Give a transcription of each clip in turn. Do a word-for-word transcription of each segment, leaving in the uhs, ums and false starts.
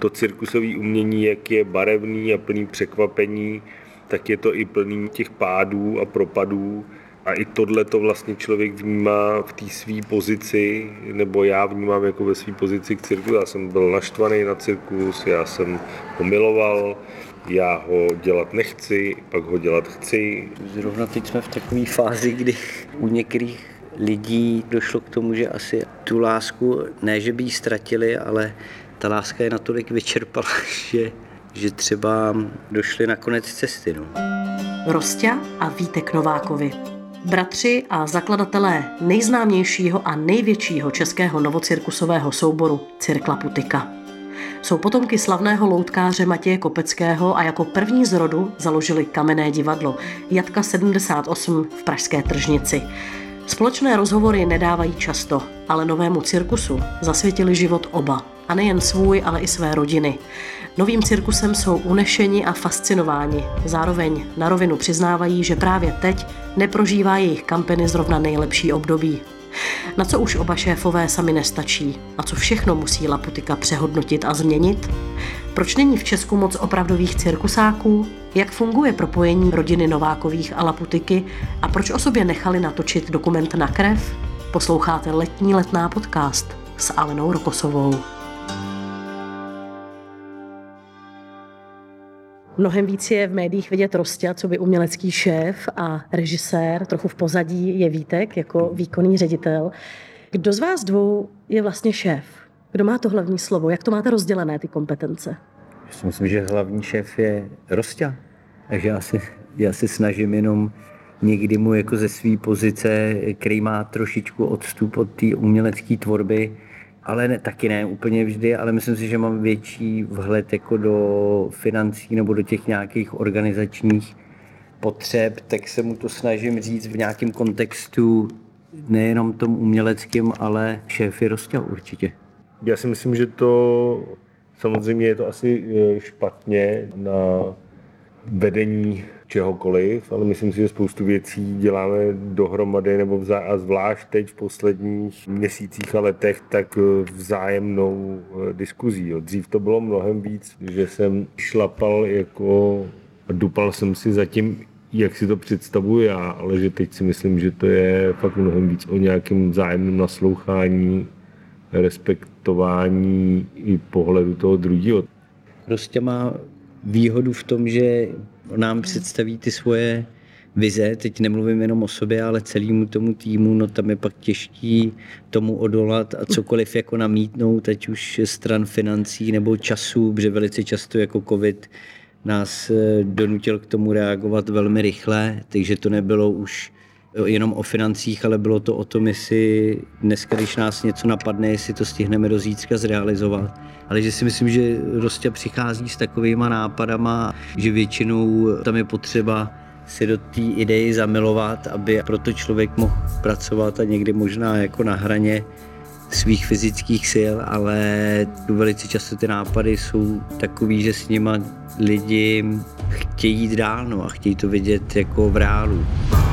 to cirkusové umění, jak je barevný a plný překvapení, tak je to i plný těch pádů a propadů. A i tohle to vlastně člověk vnímá v té své pozici, nebo já vnímám jako ve své pozici k cirkusu. Já jsem byl naštvaný na cirkus, já jsem ho miloval, já ho dělat nechci, pak ho dělat chci. Zrovna teď jsme v takové fázi, kdy u některých lidí došlo k tomu, že asi tu lásku, ne že by ji ztratili, ale ta láska je natolik vyčerpala, že, že třeba došli na konec cesty. No. Rosťa a Vítek Novákovi. Bratři a zakladatelé nejznámějšího a největšího českého novocirkusového souboru Cirque Laputika. Jsou potomky slavného loutkáře Matěje Kopeckého a jako první z rodu založili kamenné divadlo Jatka sedmdesát osm v pražské Tržnici. Společné rozhovory nedávají často, ale novému cirkusu zasvětili život oba. A nejen svůj, ale i své rodiny. Novým cirkusem jsou unešeni a fascinováni. Zároveň na rovinu přiznávají, že právě teď neprožívá jejich kampany zrovna nejlepší období. Na co už oba šéfové sami nestačí? A co všechno musí Laputika přehodnotit a změnit? Proč není v Česku moc opravdových cirkusáků? Jak funguje propojení rodiny Novákových a Laputiky? A proč o sobě nechali natočit dokument Na krev? Posloucháte Letní letná podcast s Alenou Rokosovou. Mnohem víc je v médiích vidět Rosťa, co by umělecký šéf a režisér, trochu v pozadí je Vítek jako výkonný ředitel. Kdo z vás dvou je vlastně šéf? Kdo má to hlavní slovo? Jak to máte rozdělené, ty kompetence? Já si myslím, že hlavní šéf je Rosťa. Takže já si, já si snažím jenom někdy mu jako ze své pozice, který má trošičku odstup od té umělecké tvorby, ale ne, taky ne úplně vždy, ale myslím si, že mám větší vhled jako do financí nebo do těch nějakých organizačních potřeb, tak se mu to snažím říct v nějakém kontextu, nejenom tom uměleckém, ale šéf je Rosťa určitě. Já si myslím, že to samozřejmě je to asi špatně na vedení čehokoliv, ale myslím si, že spoustu věcí děláme dohromady nebo vzá- a zvlášť teď v posledních měsících a letech tak vzájemnou diskuzí. Jo. Dřív to bylo mnohem víc, že jsem šlapal jako dupal jsem si za tím, jak si to představuji já, ale že teď si myslím, že to je fakt mnohem víc o nějakém vzájemném naslouchání, respektování i pohledu toho druhého. Rosťa má výhodu v tom, že nám představí ty svoje vize, teď nemluvím jenom o sobě, ale celému tomu týmu, no tam je pak těžký tomu odolat a cokoliv jako namítnout, ať už stran financí nebo času, protože velice často jako covid nás donutil k tomu reagovat velmi rychle, takže to nebylo už jenom o financích, ale bylo to o tom, jestli dneska, když nás něco napadne, jestli to stihneme do zítřka zrealizovat. Ale že si myslím, že Rosťa přichází s takovýma nápadama, že většinou tam je potřeba se do té idei zamilovat, aby proto člověk mohl pracovat a někdy možná jako na hraně svých fyzických sil, ale velice často ty nápady jsou takový, že s nima lidi chtějí jít dál, no, a chtějí to vidět jako v reálu.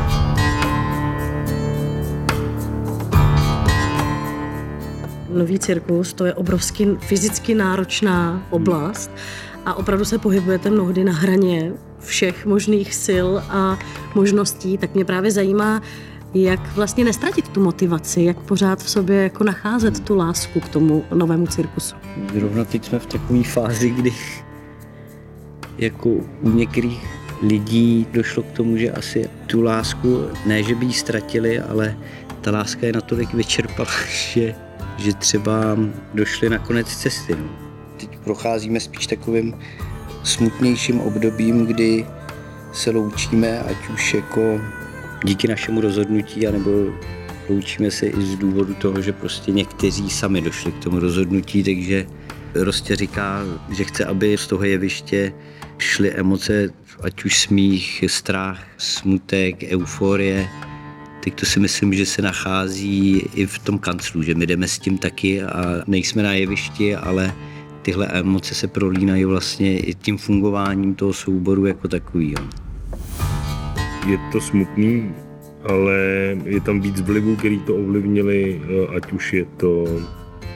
Nový cirkus, to je obrovsky fyzicky náročná oblast a opravdu se pohybujete mnohdy na hraně všech možných sil a možností, tak mě právě zajímá, jak vlastně nestratit tu motivaci, jak pořád v sobě jako nacházet tu lásku k tomu novému cirkusu. Zrovna teď jsme v takové fázi, kdy jako u některých lidí došlo k tomu, že asi tu lásku, ne že by ji ztratili, ale ta láska je natolik vyčerpala, že že třeba došli na konec cesty. No. Teď procházíme spíš takovým smutnějším obdobím, kdy se loučíme, ať už jako díky našemu rozhodnutí, anebo loučíme se i z důvodu toho, že prostě někteří sami došli k tomu rozhodnutí, takže Rosťa říká, že chce, aby z toho jeviště šly emoce, ať už smích, strach, smutek, euforie. Teď to si myslím, že se nachází i v tom kanclu, že my jdeme s tím taky a nejsme na jevišti, ale tyhle emoce se prolínají vlastně i tím fungováním toho souboru jako takový. Jo. Je to smutný, ale je tam víc vlivů, který to ovlivnili, ať už je to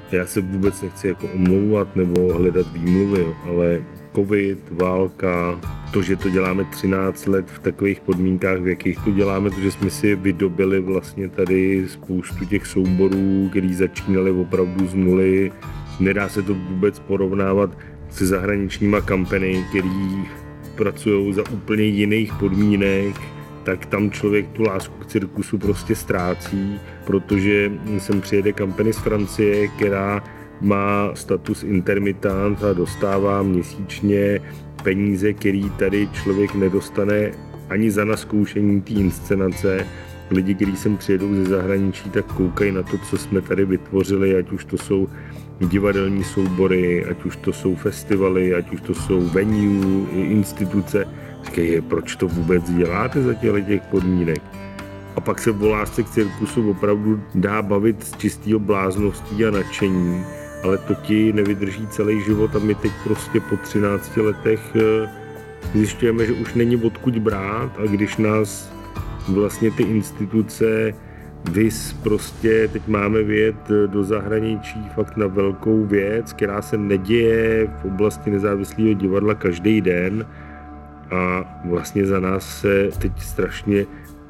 Já se vůbec nechci jako omlouvat nebo hledat výmluvy, ale covid, válka, to, že to děláme třináct let v takových podmínkách, v jakých to děláme, to, že jsme si vydobili vlastně tady spoustu těch souborů, který začínaly opravdu z nuly. Nedá se to vůbec porovnávat se zahraničníma kampany, který pracují za úplně jiných podmínek, tak tam člověk tu lásku k cirkusu prostě ztrácí, protože sem přijede kampany z Francie, která má status intermitent a dostává měsíčně peníze, který tady člověk nedostane ani za naskoušení té inscenace. Lidi, kteří sem přijedou ze zahraničí, tak koukají na to, co jsme tady vytvořili, ať už to jsou divadelní soubory, ať už to jsou festivaly, ať už to jsou venue, instituce. Říkají, proč to vůbec děláte za těchto těch podmínek? A pak se o lásce k cirkusu opravdu dá bavit z čistého blázností a nadšení, ale to ti nevydrží celý život a my teď prostě po třinácti letech zjišťujeme, že už není odkud brát a když nás vlastně ty instituce vys prostě, teď máme vyjet do zahraničí fakt na velkou věc, která se neděje v oblasti nezávislého divadla každý den a vlastně za nás se teď strašně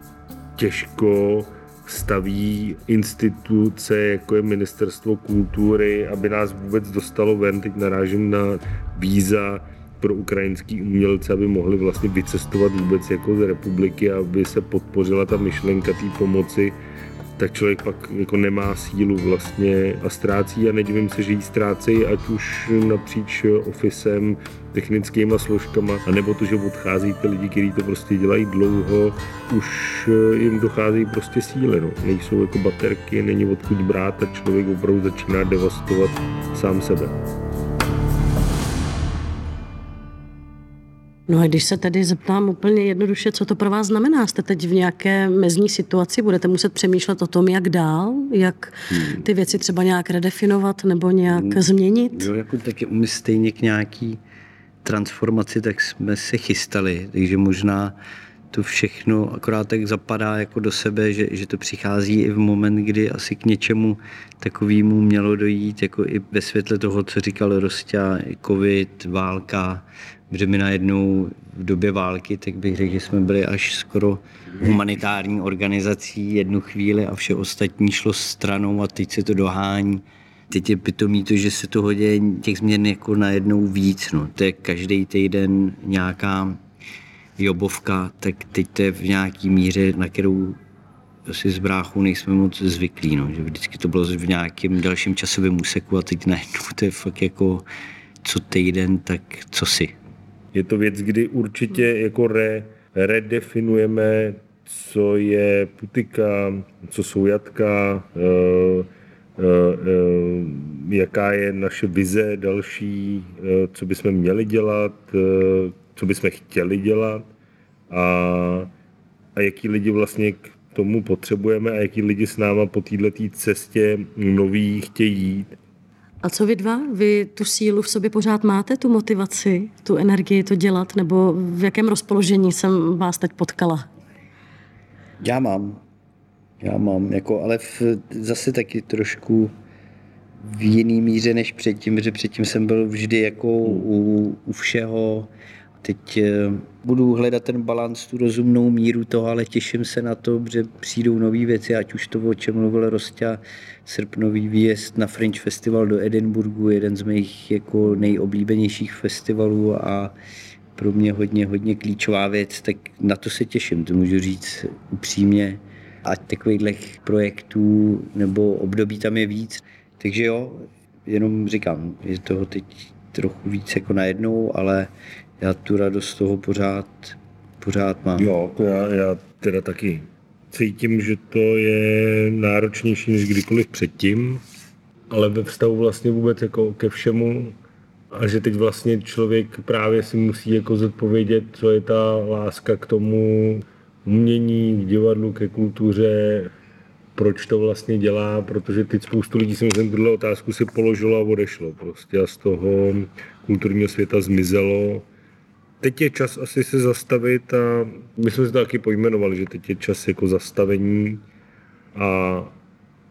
těžko staví instituce, jako je Ministerstvo kultury, aby nás vůbec dostalo ven. Teď narážím na víza pro ukrajinský umělce, aby mohli vlastně vycestovat vůbec jako z republiky, aby se podpořila ta myšlenka té pomoci, tak člověk pak jako nemá sílu vlastně a ztrácí a nedivím se, že jí ztrácejí ať už napříč ofisem, technickýma složkama, anebo to, že odchází ty lidi, kteří to prostě dělají dlouho, už jim dochází prostě síly, no. Nejsou jako baterky, není odkud brát a člověk opravdu začíná devastovat sám sebe. No a když se tedy zeptám úplně jednoduše, co to pro vás znamená? Jste teď v nějaké mezní situaci, budete muset přemýšlet o tom, jak dál, jak ty věci třeba nějak redefinovat nebo nějak hmm. změnit? Jo, jako taky my stejně k nějaký transformaci, tak jsme se chystali, takže možná to všechno akorát tak zapadá jako do sebe, že, že to přichází i v moment, kdy asi k něčemu takovému mělo dojít, jako i ve světle toho, co říkal Rosťa, covid, válka, protože my najednou v době války, tak bych řekl, že jsme byli až skoro humanitární organizací jednu chvíli a vše ostatní šlo stranou a teď se to dohání. Teď je pitomý to, že se toho děje těch změn jako najednou víc. No. To je každý týden nějaká jobovka, tak teď to je v nějaký míře, na kterou asi s bráchou nejsme moc zvyklí. No. Že vždycky to bylo v nějakém dalším časovém úseku a teď najednou to je fakt jako co týden, tak co si. Je to věc, kdy určitě jako re, redefinujeme, co je putika, co jsou jatka, e, e, e, jaká je naše vize další, e, co bychom měli dělat, e, co bychom chtěli dělat a, a jaký lidi vlastně k tomu potřebujeme a jaký lidi s náma po této cestě nový chtějí jít. A co vy dva? Vy tu sílu v sobě pořád máte, tu motivaci, tu energii to dělat, nebo v jakém rozpoložení jsem vás teď potkala? Já mám. Já mám, jako, ale v, zase taky trošku v jiný míře než předtím, že předtím jsem byl vždy jako u, u všeho. Teď budu hledat ten balans, tu rozumnou míru toho, ale těším se na to, že přijdou nové věci, ať už to, o čem mluvil Rosťa, srpnový výjezd na Fringe Festival do Edinburghu, jeden z mých jako nejoblíbenějších festivalů a pro mě hodně, hodně klíčová věc, tak na to se těším, to můžu říct upřímně. A takových projektů nebo období tam je víc, takže jo, jenom říkám, je toho teď trochu víc jako najednou, ale já tu radost z toho pořád, pořád mám. Jo, to já, já teda taky cítím, že to je náročnější než kdykoliv předtím, ale ve vztahu vlastně vůbec jako ke všemu a že teď vlastně člověk právě si musí jako zodpovědět, co je ta láska k tomu umění, k divadlu, ke kultuře, proč to vlastně dělá, protože teď spoustu lidí si myslím, tuhle otázku si položilo a odešlo prostě a z toho kulturního světa zmizelo. Teď je čas asi se zastavit a my jsme si to taky pojmenovali, že teď je čas jako zastavení a,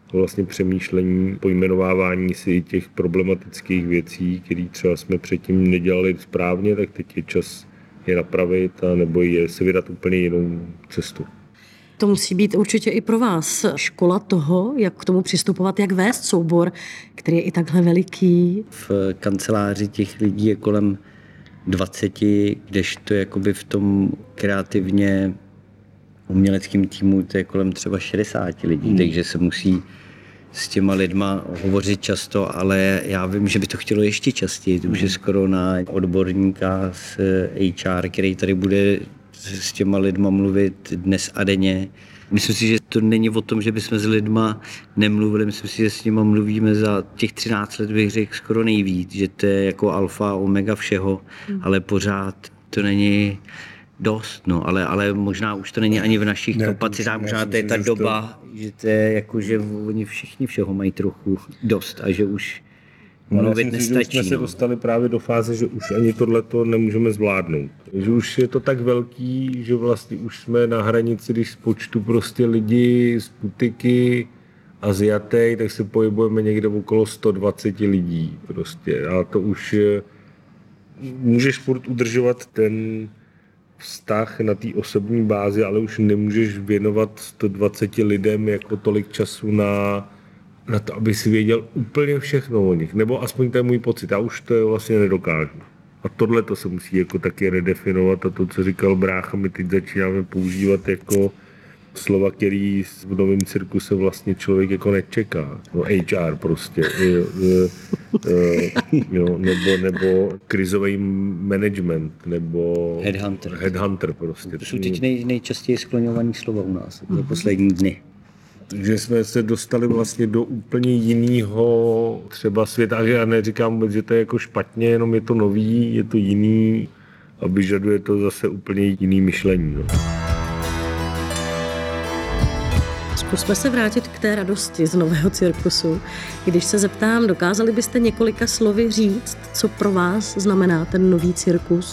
vlastně přemýšlení, pojmenovávání si těch problematických věcí, které třeba jsme předtím nedělali správně, tak teď je čas je napravit a nebo je se vydat úplně jinou cestu. To musí být určitě i pro vás škola toho, jak k tomu přistupovat, jak vést soubor, který je i takhle veliký. V kanceláři těch lidí je kolem dvaceti, kdežto jakoby v tom kreativně uměleckým týmu to je kolem třeba šedesáti lidí, hmm. takže se musí s těma lidma hovořit často, ale já vím, že by to chtělo ještě častěji. To už je skoro na odborníka z H R, který tady bude s těma lidma mluvit dnes a denně. Myslím si, že to není o tom, že bychom s lidma nemluvili, myslím si, že s nima mluvíme za těch třináct let, bych řekl, skoro nejvíc, že to je jako alfa, omega všeho, hmm. ale pořád to není dost, no, ale, ale možná už to není ani v našich ne, kapacitách, možná to je ta doba, to... že to je jako, že oni všichni všeho mají trochu dost a že už no, mluvit nestačí. Že už jsme no. se dostali právě do fáze, že už ani tohleto nemůžeme zvládnout. Že už je to tak velký, že vlastně už jsme na hranici, když z počtu prostě lidi z Putiky Aziatej, tak se pohybujeme někde okolo sto dvacet lidí prostě a to už můžeš furt udržovat ten vztah na té osobní bázi, ale už nemůžeš věnovat sto dvacet lidem jako tolik času na, na to, aby si věděl úplně všechno o nich. Nebo aspoň to je můj pocit. Já už to vlastně nedokážu. A tohle to se musí jako taky redefinovat a to, co říkal brácha, my teď začínáme používat jako slova, který v novém cirkuse vlastně člověk jako nečeká. No H R prostě. Jo, jo, nebo, nebo krizový management, nebo headhunter. headhunter prostě. To jsou teď nej, nejčastěji skloňovaný slova u nás za poslední dny. Takže jsme se dostali vlastně do úplně jiného třeba světa. Já neříkám vůbec, že to je jako špatně, jenom je to nový, je to jiný a vyžaduje to zase úplně jiný myšlení. No. Zkusme se vrátit k té radosti z nového cirkusu. Když se zeptám, dokázali byste několika slovy říct, co pro vás znamená ten nový cirkus?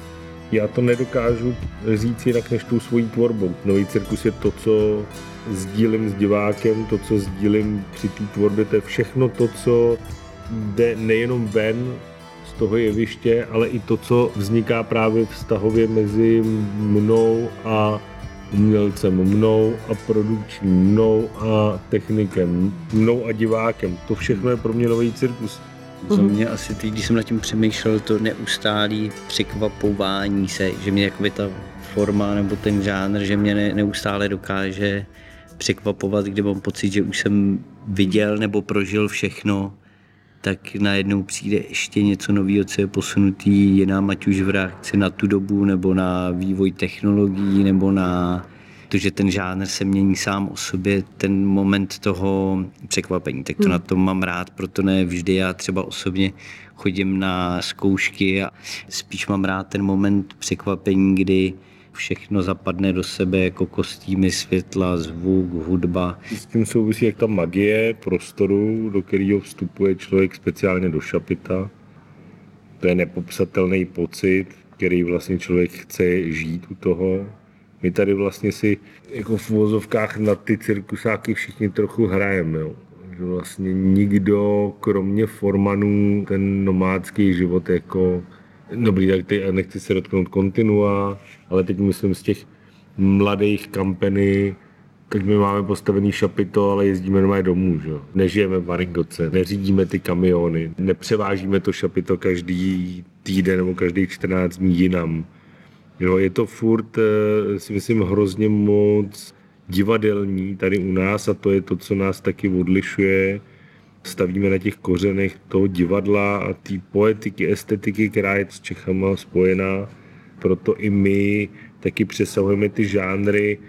Já to nedokážu říct jinak než tou svojí tvorbou. Nový cirkus je to, co sdílím s divákem, to, co sdílím při té tvorbě, to je všechno to, co jde nejenom ven z toho jeviště, ale i to, co vzniká právě vztahově mezi mnou a umělcem, mnou a produkčním, mnou a technikem, mnou a divákem. To všechno je pro mě nový cirkus. Za mě asi teď, když jsem nad tím přemýšlel, to neustálý překvapování se, že mě jakoby ta forma nebo ten žánr, že mě ne, neustále dokáže překvapovat, kdy mám pocit, že už jsem viděl nebo prožil všechno, tak najednou přijde ještě něco nového, co je posunutý jinam, ať už v reakci na tu dobu, nebo na vývoj technologií, nebo na to, že ten žánr se mění sám o sobě, ten moment toho překvapení. Tak to hmm. na tom mám rád, proto ne vždy já třeba osobně chodím na zkoušky a spíš mám rád ten moment překvapení, kdy všechno zapadne do sebe, jako kostýmy, světla, zvuk, hudba. S tím souvisí jak ta magie prostoru, do kterého vstupuje člověk speciálně do šapita. To je nepopsatelný pocit, který vlastně člověk chce žít u toho. My tady vlastně si jako v uvozovkách na ty cirkusáky všichni trochu hrajeme. Jo. Že vlastně nikdo, kromě formanů, ten nomádský život jako dobrý, tak teď nechci se dotknout kontinua, ale teď myslím z těch mladých kampeny, tak my máme postavený šapito, ale jezdíme normálně domů, že? Nežijeme v Maringoce, neřídíme ty kamiony, nepřevážíme to šapito každý týden nebo každý čtrnáct dní jinam. Jo, je to furt, si myslím, hrozně moc divadelní tady u nás a to je to, co nás taky odlišuje. Stavíme na těch kořenech toho divadla a té poetiky, estetiky, která je s Čechama spojená. Proto i my taky přesahujeme ty žánry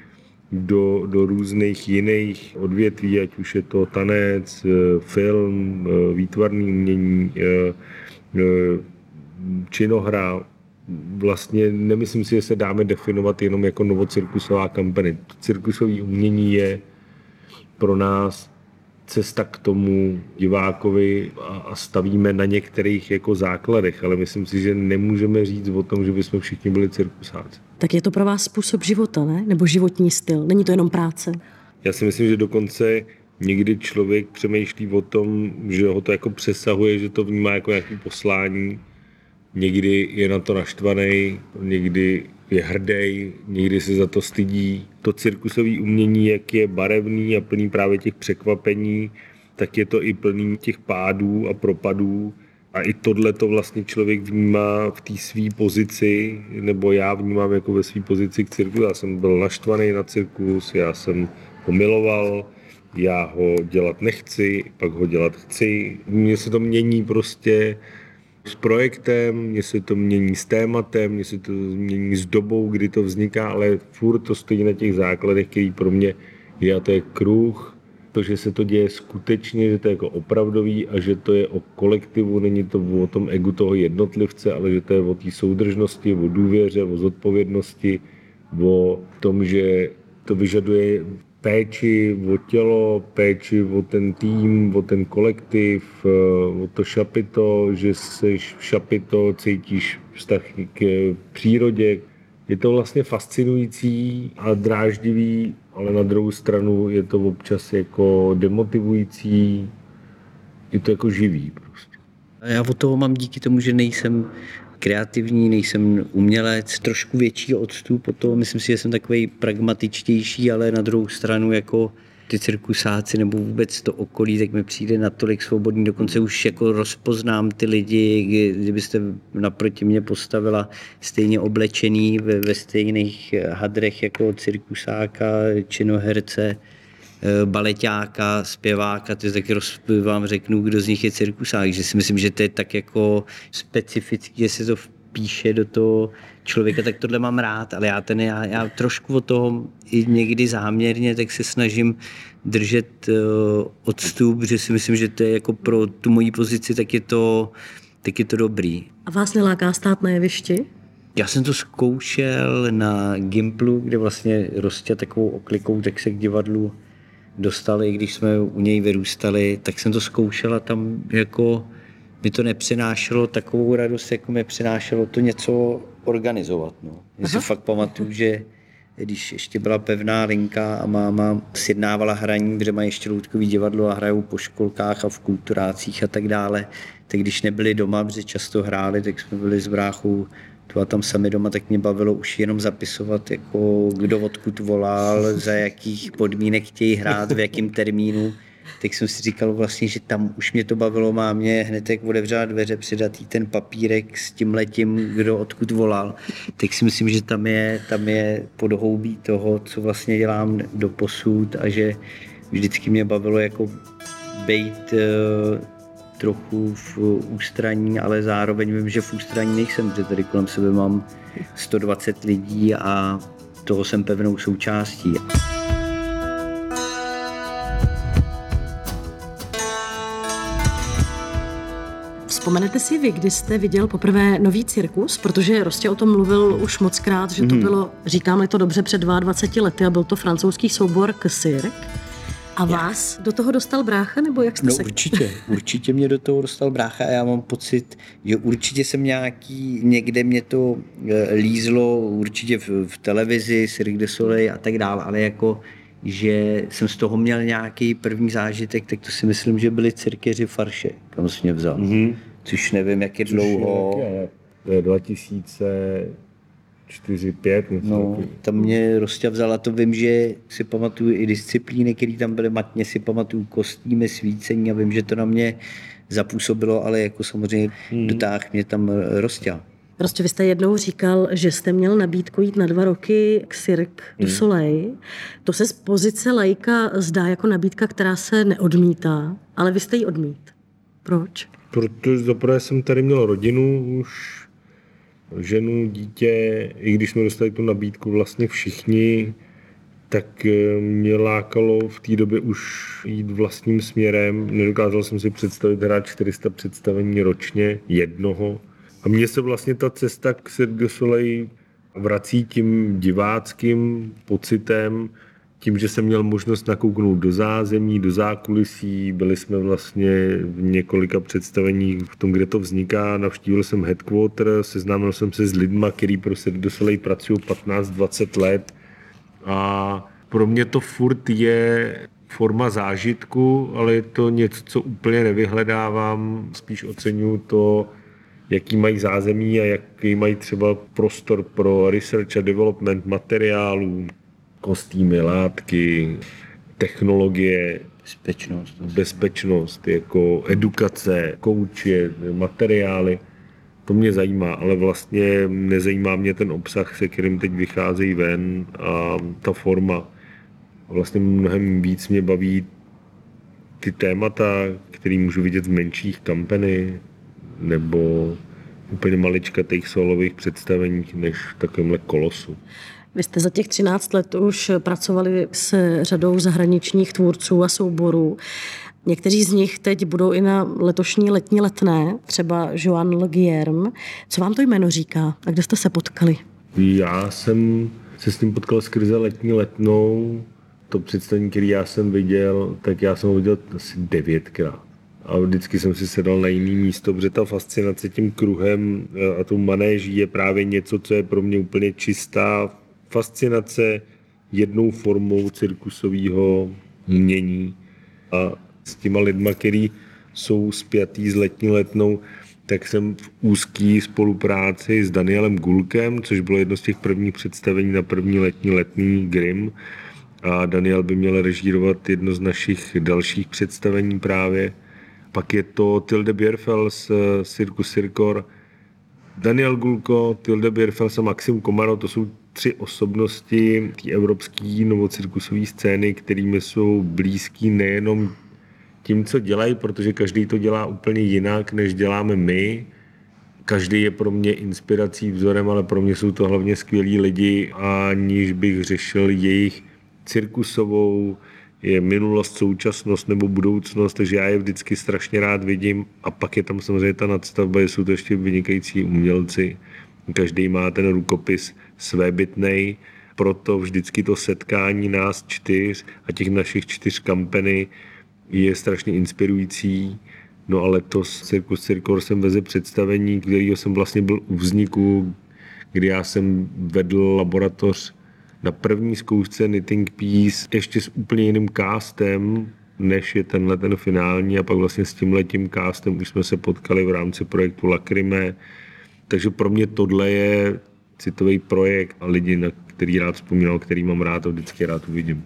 do, do různých jiných odvětví, ať už je to tanec, film, výtvarný umění, činohra. Vlastně nemyslím si, že se dáme definovat jenom jako novocirkusová kampaně. Cirkusové umění je pro nás cesta k tomu divákovi a stavíme na některých jako základech, ale myslím si, že nemůžeme říct o tom, že bychom všichni byli cirkusáci. Tak je to pro vás způsob života, ne? Nebo životní styl? Není to jenom práce? Já si myslím, že dokonce někdy člověk přemýšlí o tom, že ho to jako přesahuje, že to vnímá jako nějaké poslání. Někdy je na to naštvaný, někdy je hrdý, někdy se za to stydí. To cirkusové umění, jak je barevný a plný právě těch překvapení, tak je to i plný těch pádů a propadů. A i tohle to vlastně člověk vnímá v té své pozici, nebo já vnímám jako ve své pozici k cirku. Já jsem byl naštvaný na cirkus, já jsem ho miloval, já ho dělat nechci, pak ho dělat chci. Mně se to mění prostě s projektem, mně se to mění s tématem, mně se to mění s dobou, kdy to vzniká, ale furt to stojí na těch základech, který pro mě je, a to je kruh, to, že se to děje skutečně, že to je jako opravdový a že to je o kolektivu, není to o tom egu toho jednotlivce, ale že to je o té soudržnosti, o důvěře, o zodpovědnosti, o tom, že to vyžaduje péči o tělo, péči o ten tým, o ten kolektiv, o to šapito, že seš šapito, cítíš vztah k přírodě. Je to vlastně fascinující a dráždivý, ale na druhou stranu je to občas jako demotivující, je to jako živý prostě. Já od toho mám díky tomu, že nejsem kreativní, nejsem umělec, trošku větší odstup od toho, myslím si, že jsem takový pragmatičtější, ale na druhou stranu jako ty cirkusáci nebo vůbec to okolí, tak mi přijde natolik svobodný, dokonce už jako rozpoznám ty lidi, kdybyste naproti mě postavila stejně oblečený ve, ve stejných hadrech jako cirkusáka, činoherce, baleťáka, zpěváka, to taky roz, vám řeknu, kdo z nich je cirkusák, že si myslím, že to je tak jako specifický, že se to píše do toho člověka, tak tohle mám rád, ale já ten, já, já trošku od toho i někdy záměrně, tak se snažím držet uh, odstup, že si myslím, že to je jako pro tu moji pozici, tak je to, tak je to dobrý. A vás neláká stát na jevišti? Já jsem to zkoušel na Gimplu, kde vlastně Rostě takovou oklikou, tak se k divadlu dostali, když jsme u něj vyrůstali, tak jsem to zkoušel a tam jako mi to nepřinášelo takovou radost, jako mi přinášelo to něco organizovat. No. Já si fakt pamatuju, že když ještě byla pevná linka a máma sjednávala hraní, protože mají ještě loutkový divadlo a hrajou po školkách a v kulturácích a tak dále, tak když nebyli doma, protože často hráli, tak jsme byli s bráchou tu a tam sami doma, tak mě bavilo už jenom zapisovat, jako kdo odkud volal, za jakých podmínek chtějí hrát, v jakém termínu. Tak jsem si říkal vlastně, že tam už mě to bavilo mámě hned jak otevřela dveře, přidat jí ten papírek s tímhletím, kdo odkud volal. Tak si myslím, že tam je, tam je podhoubí toho, co vlastně dělám doposud a že vždycky mě bavilo jako být uh, trochu v ústraní, ale zároveň vím, že v ústraní nejsem, protože tady kolem sebe mám sto dvacet lidí a toho jsem pevnou součástí. Vzpomenete si vy, kdy jste viděl poprvé nový cirkus? Protože Rostě o tom mluvil už moc krát, že to mm. bylo, říkám-li to dobře, před dvaceti dvěma lety a byl to francouzský soubor Cirque. A vás Jak? do toho dostal brácha, nebo jak jste no, se... určitě, určitě mě do toho dostal brácha a já mám pocit, že určitě jsem nějaký, někde mě to lízlo, určitě v, v televizi, Cirque du Soleil a tak dále, ale jako že jsem z toho měl nějaký první zážitek, tak to si myslím, že byli cirkéři Farše, kam jsi mě vzal. Mm-hmm. Což nevím, jak je dlouho. To je dva tisíce čtyři pět. No, tam mě Rostě vzala, to vím, že si pamatuju i disciplíny, které tam byly matně, si pamatuju kostýmy, svícení a vím, že to na mě zapůsobilo, ale jako samozřejmě mm. dotáhl mě tam Rostě. Prostě vy jste jednou říkal, že jste měl nabídku jít na dva roky k Cirque du Soleil. To se z pozice laika zdá jako nabídka, která se neodmítá, ale vy jste ji odmít. Proč? Protože zaprvé jsem tady měl rodinu už, ženu, dítě, i když jsme dostali tu nabídku vlastně všichni, tak mě lákalo v té době už jít vlastním směrem. Nedokázal jsem si představit hrát čtyři sta představení ročně, jednoho. A mně se vlastně ta cesta k Cirque du Soleil vrací tím diváckým pocitem, tím, že jsem měl možnost nakouknout do zázemí, do zákulisí, byli jsme vlastně v několika představeních v tom, kde to vzniká, navštívil jsem headquarter, seznámil jsem se s lidma, kteří pro Cirque du Soleil pracují patnáct dvacet let a pro mě to furt je forma zážitku, ale je to něco, co úplně nevyhledávám. Spíš oceňuji to, jaký mají zázemí a jaký mají třeba prostor pro research a development materiálů, kostýmy, látky, technologie, bezpečnost, bezpečnost, jako edukace, kouče, materiály. To mě zajímá, ale vlastně nezajímá mě ten obsah, se kterým teď vycházejí ven a ta forma. Vlastně mnohem víc mě baví ty témata, které můžu vidět v menších kampany nebo úplně maličkatých solových představeních než v takovémhle kolosu. Vy jste za těch třináct let už pracovali s řadou zahraničních tvůrců a souborů. Někteří z nich teď budou i na letošní letní letné, třeba Joan Le Guillerme. Co vám to jméno říká a kde jste se potkali? Já jsem se s ním potkal skrze letní letnou. To představení, který já jsem viděl, tak já jsem ho viděl asi devětkrát. A vždycky jsem si sedal na jiný místo, protože ta fascinace tím kruhem a tou manéží je právě něco, co je pro mě úplně čistá fascinace jednou formou cirkusového umění. A s těma lidma, který jsou spjatý s letní letnou, tak jsem v úzké spolupráci s Danielem Gulkem, což bylo jedno z těch prvních představení na první letní letný Grimm. A Daniel by měl režírovat jedno z našich dalších představení právě. Pak je to Tilde Bierfels z Circus Circor, Daniel Gulko, Tilde Bierfels a Maxim Komaro, to jsou tři osobnosti té evropské novocirkusové scény, kterými jsou blízký nejenom tím, co dělají, protože každý to dělá úplně jinak, než děláme my. Každý je pro mě inspirací, vzorem, ale pro mě jsou to hlavně skvělí lidi, aniž bych řešil jejich cirkusovou je minulost, současnost nebo budoucnost, takže já je vždycky strašně rád vidím a pak je tam samozřejmě ta nadstavba, jsou to ještě vynikající umělci. Každý má ten rukopis svébytnej, proto vždycky to setkání nás čtyř a těch našich čtyř kampany je strašně inspirující. No ale to Circus Circor jsem veze představení, kterého jsem vlastně byl u vzniku, kdy já jsem vedl laboratoř na první zkoušce Knitting Piece ještě s úplně jiným castem, než je tenhle ten finální a pak vlastně s tímhletím castem už jsme se potkali v rámci projektu Lacrime. Takže pro mě tohle je citový projekt a lidi, na který rád vzpomínal, který mám rád a vždycky rád uvidím.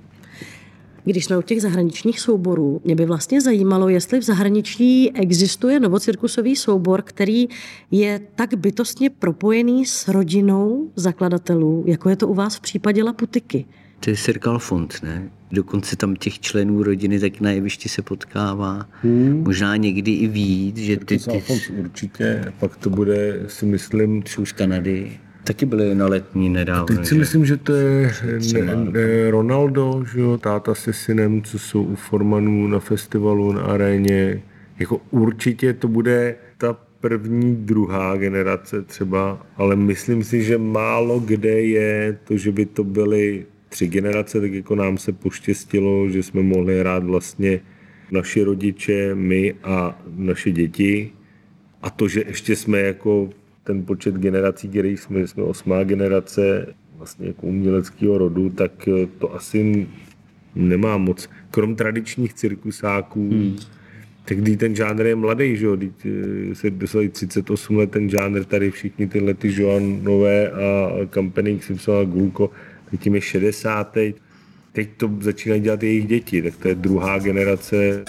Když jsme u těch zahraničních souborů, mě by vlastně zajímalo, jestli v zahraničí existuje novocirkusový soubor, který je tak bytostně propojený s rodinou zakladatelů, jako je to u vás v případě Laputiky. To je Circle Fund, ne? Dokonce tam těch členů rodiny tak na jevišti se potkává. Hmm. Možná někdy i víc, že ty... ty... Určitě, pak to bude, si myslím... Jsou z Kanady. Taky byli na letní nedávno. Teď si že? myslím, že to je ne, ne, Ronaldo, že jo, táta se synem, co jsou u Formanů na festivalu, na aréně. Jako určitě to bude ta první, druhá generace třeba, ale myslím si, že málo kde je to, že by to byly tři generace, tak jako nám se poštěstilo, že jsme mohli hrát vlastně naši rodiče, my a naše děti. A to, že ještě jsme jako ten počet generací, který jsme, jsme osmá generace vlastně jako uměleckého rodu, tak to asi nemá moc. Krom tradičních cirkusáků, hmm. tak když ten žánr je mladý, že jo, když se dosají třicet osm let ten žánr, tady všichni tyhle ty Joanové a Kampeny, Simpson a Gulko, tak tím je šedesát teď. Teď to začínají dělat jejich děti, tak to je druhá generace.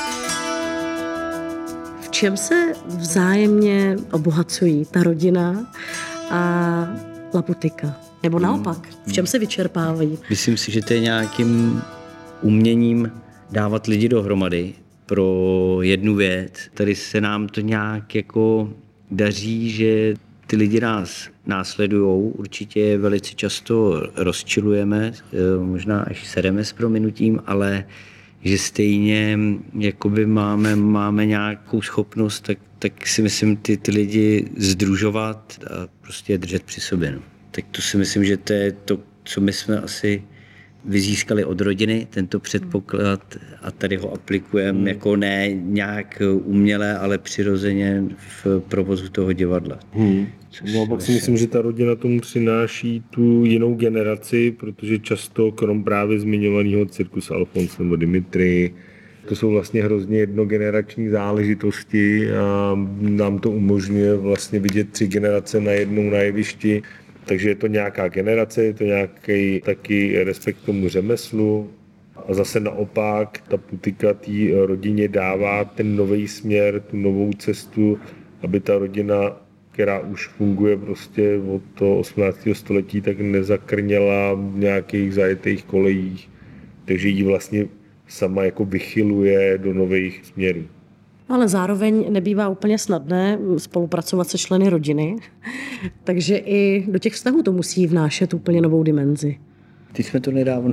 V čem se vzájemně obohacují ta rodina a Laputika? Nebo naopak, v čem se vyčerpávají? Myslím si, že to je nějakým uměním dávat lidi dohromady pro jednu věc. Tady se nám to nějak jako daří, že ty lidi nás následujou, určitě velice často rozčilujeme, možná až sereme s prominutím, ale že stejně jakoby máme, máme nějakou schopnost, tak, tak si myslím ty, ty lidi sdružovat a prostě je držet při sobě. No. Tak to si myslím, že to je to, co my jsme asi vyzískali od rodiny tento předpoklad a tady ho aplikujeme hmm. jako ne nějak uměle, ale přirozeně v provozu toho divadla. Hmm. No a pak si myslím, že ta rodina tomu přináší tu jinou generaci, protože často krom právě zmiňovaného Cirkus Alfons nebo Dimitri, to jsou vlastně hrozně jednogenerační záležitosti a nám to umožňuje vlastně vidět tři generace najednou na jevišti. Takže je to nějaká generace, je to nějaký taky respekt k tomu řemeslu a zase naopak ta Putika té rodině dává ten nový směr, tu novou cestu, aby ta rodina, která už funguje prostě od toho osmnáctého století, tak nezakrněla v nějakých zajetých kolejích. Takže ji vlastně sama jako vychyluje do nových směrů. Ale zároveň nebývá úplně snadné spolupracovat se členy rodiny, takže i do těch vztahů to musí vnášet úplně novou dimenzi. Ty jsme to nedávno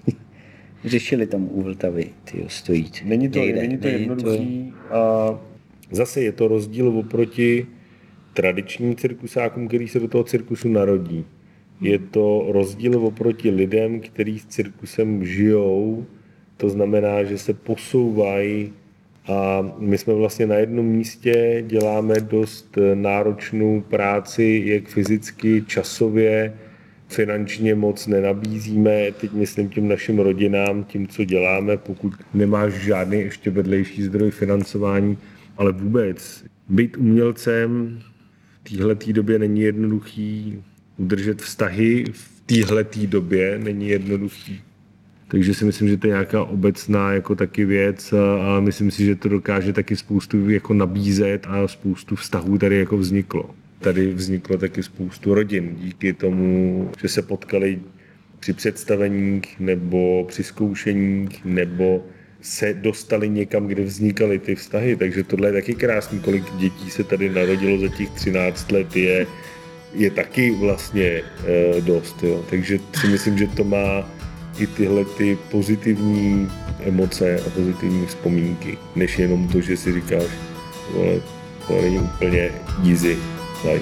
řešili tam u Vltavy, tyjo, stojí. Není to, Nejde, není to není jednoduchý to... a zase je to rozdíl oproti tradičním cirkusákům, který se do toho cirkusu narodí. Je to rozdíl oproti lidem, kteří s cirkusem žijou, to znamená, že se posouvají. A my jsme vlastně na jednom místě, děláme dost náročnou práci, jak fyzicky, časově, finančně moc nenabízíme, teď myslím tím našim rodinám, tím, co děláme, pokud nemáš žádný ještě vedlejší zdroj financování, ale vůbec. Být umělcem v téhletý době není jednoduchý, udržet vztahy v téhletý době není jednoduchý. Takže si myslím, že to je nějaká obecná jako taky věc a, a myslím si, že to dokáže taky spoustu jako nabízet a spoustu vztahů tady jako vzniklo. Tady vzniklo taky spoustu rodin díky tomu, že se potkali při představeních nebo při zkoušeních nebo se dostali někam, kde vznikaly ty vztahy. Takže tohle je taky krásný, kolik dětí se tady narodilo za těch třináct let je, je taky vlastně e, dost. Jo. Takže si myslím, že to má i tyhle ty pozitivní emoce a pozitivní vzpomínky, než jenom to, že si říkáš, vole, to není úplně easy life.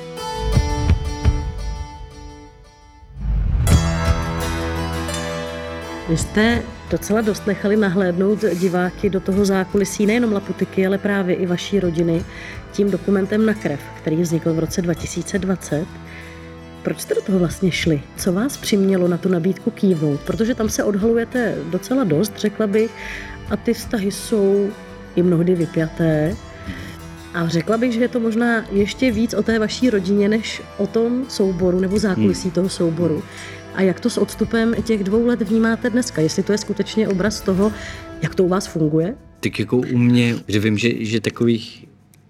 Vy jste docela dost nechali nahlédnout diváky do toho zákulisí nejenom Laputiky, ale právě i vaší rodiny tím dokumentem Na krev, který vznikl v roce dva tisíce dvacet. Proč jste do toho vlastně šli? Co vás přimělo na tu nabídku kývnout? Protože tam se odhalujete docela dost, řekla bych, a ty vztahy jsou i mnohdy vypjaté. A řekla bych, že je to možná ještě víc o té vaší rodině, než o tom souboru nebo zákulisí toho souboru. A jak to s odstupem těch dvou let vnímáte dneska? Jestli to je skutečně obraz toho, jak to u vás funguje? Tak jako u mě, že vím, že, že takových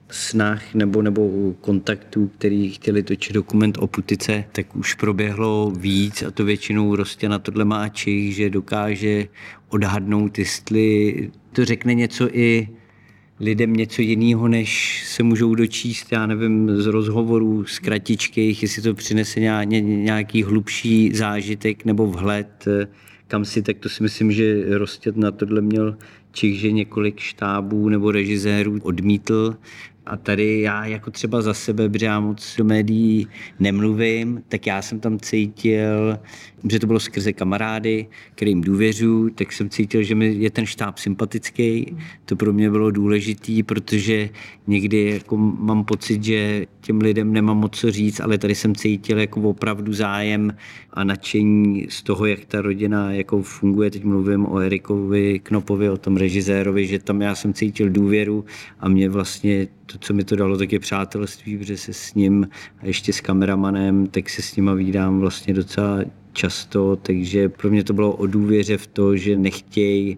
snah nebo, nebo kontaktů, který chtěli točit dokument o Putice, tak už proběhlo víc a to většinou Rostě na tohle má čich, že dokáže odhadnout, jestli to řekne něco i lidem něco jiného, než se můžou dočíst, já nevím, z rozhovorů, z kratičkých, jestli to přinese nějaký hlubší zážitek nebo vhled kam si, tak to si myslím, že Rostět na tohle měl čich, že několik štábů nebo režisérů odmítl. A tady já jako třeba za sebe, protože já moc do médií nemluvím, tak já jsem tam cítil, že to bylo skrze kamarády, kterým důvěřuji, tak jsem cítil, že mi je ten štáb sympatický. To pro mě bylo důležitý, protože někdy jako mám pocit, že těm lidem nemám moc co říct, ale tady jsem cítil jako opravdu zájem a nadšení z toho, jak ta rodina jako funguje. Teď mluvím o Erikovi Knopovi, o tom režisérovi, že tam já jsem cítil důvěru a mě vlastně to, co mi to dalo, tak je přátelství, protože se s ním a ještě s kameramanem, tak se s nima vídám vlastně docela často, takže pro mě to bylo o důvěře v to, že nechtějí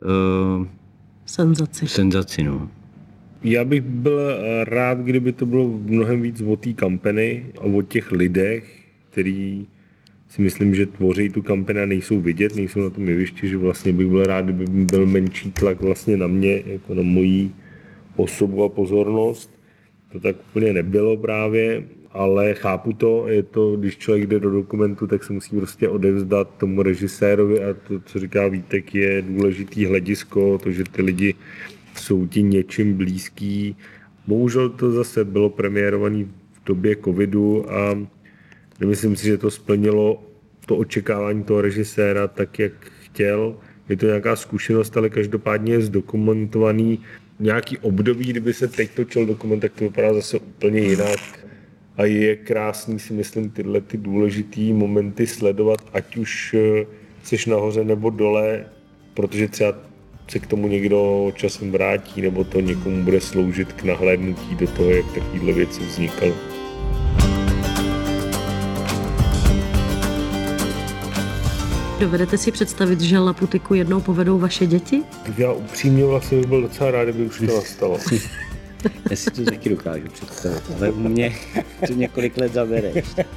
uh, senzaci. senzaci no. Já bych byl rád, kdyby to bylo mnohem víc o té kampany a o těch lidech, který si myslím, že tvoří tu kampani a nejsou vidět, nejsou na tom jevišti, že vlastně bych byl rád, kdyby byl menší tlak vlastně na mě, jako na mojí osobu a pozornost. To tak úplně nebylo právě, ale chápu to, je to, když člověk jde do dokumentu, tak se musí prostě odevzdat tomu režisérovi a to, co říká Vítek, je důležitý hledisko, to, že ty lidi jsou ti něčím blízký. Bohužel to zase bylo premiérované v době covidu a nemyslím si, že to splnilo to očekávání toho režiséra tak, jak chtěl. Je to nějaká zkušenost, ale každopádně je zdokumentovaný nějaký období, kdyby se teď točil dokument, tak to vypadá zase úplně jinak. A je krásný, si myslím, tyhle ty důležitý momenty sledovat, ať už seš nahoře nebo dole, protože třeba se k tomu někdo časem vrátí, nebo to někomu bude sloužit k nahlédnutí do toho, jak takovéhle věci vznikaly. Dovedete si představit, že Laputiku jednou povedou vaše děti? Já upřímně vlastně bych byl docela rád, kdyby už to nastalo. Já si to taky dokážu představit, ale u mě to několik let zabere.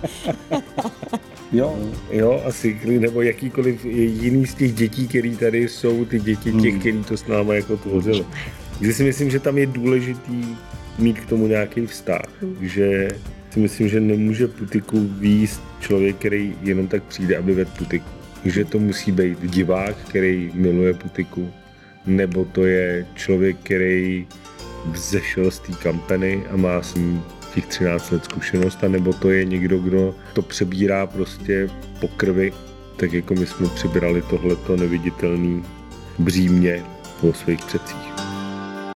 Jo, jo, asi, nebo jakýkoliv jiný z těch dětí, který tady jsou, ty děti těch, který to s náma jako tvořili. Takže si myslím, že tam je důležitý mít k tomu nějaký vztah, že si myslím, že nemůže Putiku výjist člověk, který jenom tak přijde, aby vedl Putiku. Že to musí být divák, který miluje Putiku, nebo to je člověk, který vzešel z té kampany a má s ní těch třináct let zkušenost, a nebo to je někdo, kdo to přebírá prostě po krvi, tak jako my jsme přibírali tohleto neviditelné břímě po svých předcích.